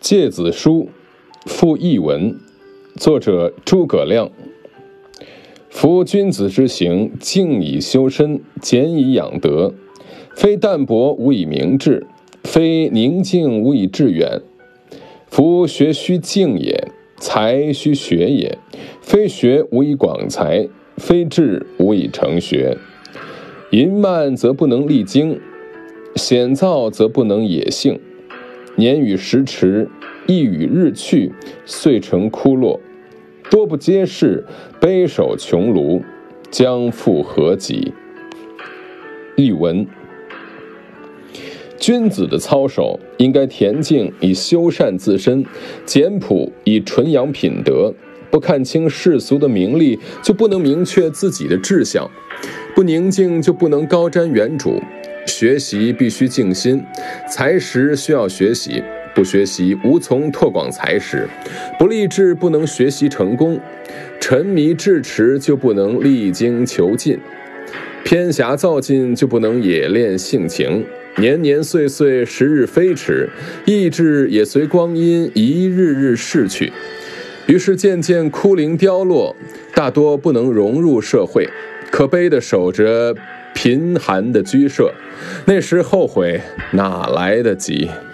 诫子书附译文，作者诸葛亮。夫君子之行，静以修身，俭以养德。非淡泊无以明志，非宁静无以致远。夫学须静也，才须学也。非学无以广才，非志无以成学。淫慢则不能励精，险躁则不能野性。年与时迟，意与日去，遂成枯落。多不接世，悲守穷庐，将复何及？译文：君子的操守应该恬静以修缮自身，简朴以纯养品德。不看清世俗的名利，就不能明确自己的志向；不宁静，就不能高瞻远瞩。学习必须静心，才识需要学习，不学习无从拓广才识；不立志不能学习成功，沉迷志持就不能励精求进，偏狭躁进就不能冶炼性情。年年岁岁，时日飞驰，意志也随光阴一日日逝去，于是渐渐枯零凋落，大多不能融入社会，可悲地守着贫寒的居舍，那时后悔哪来得及？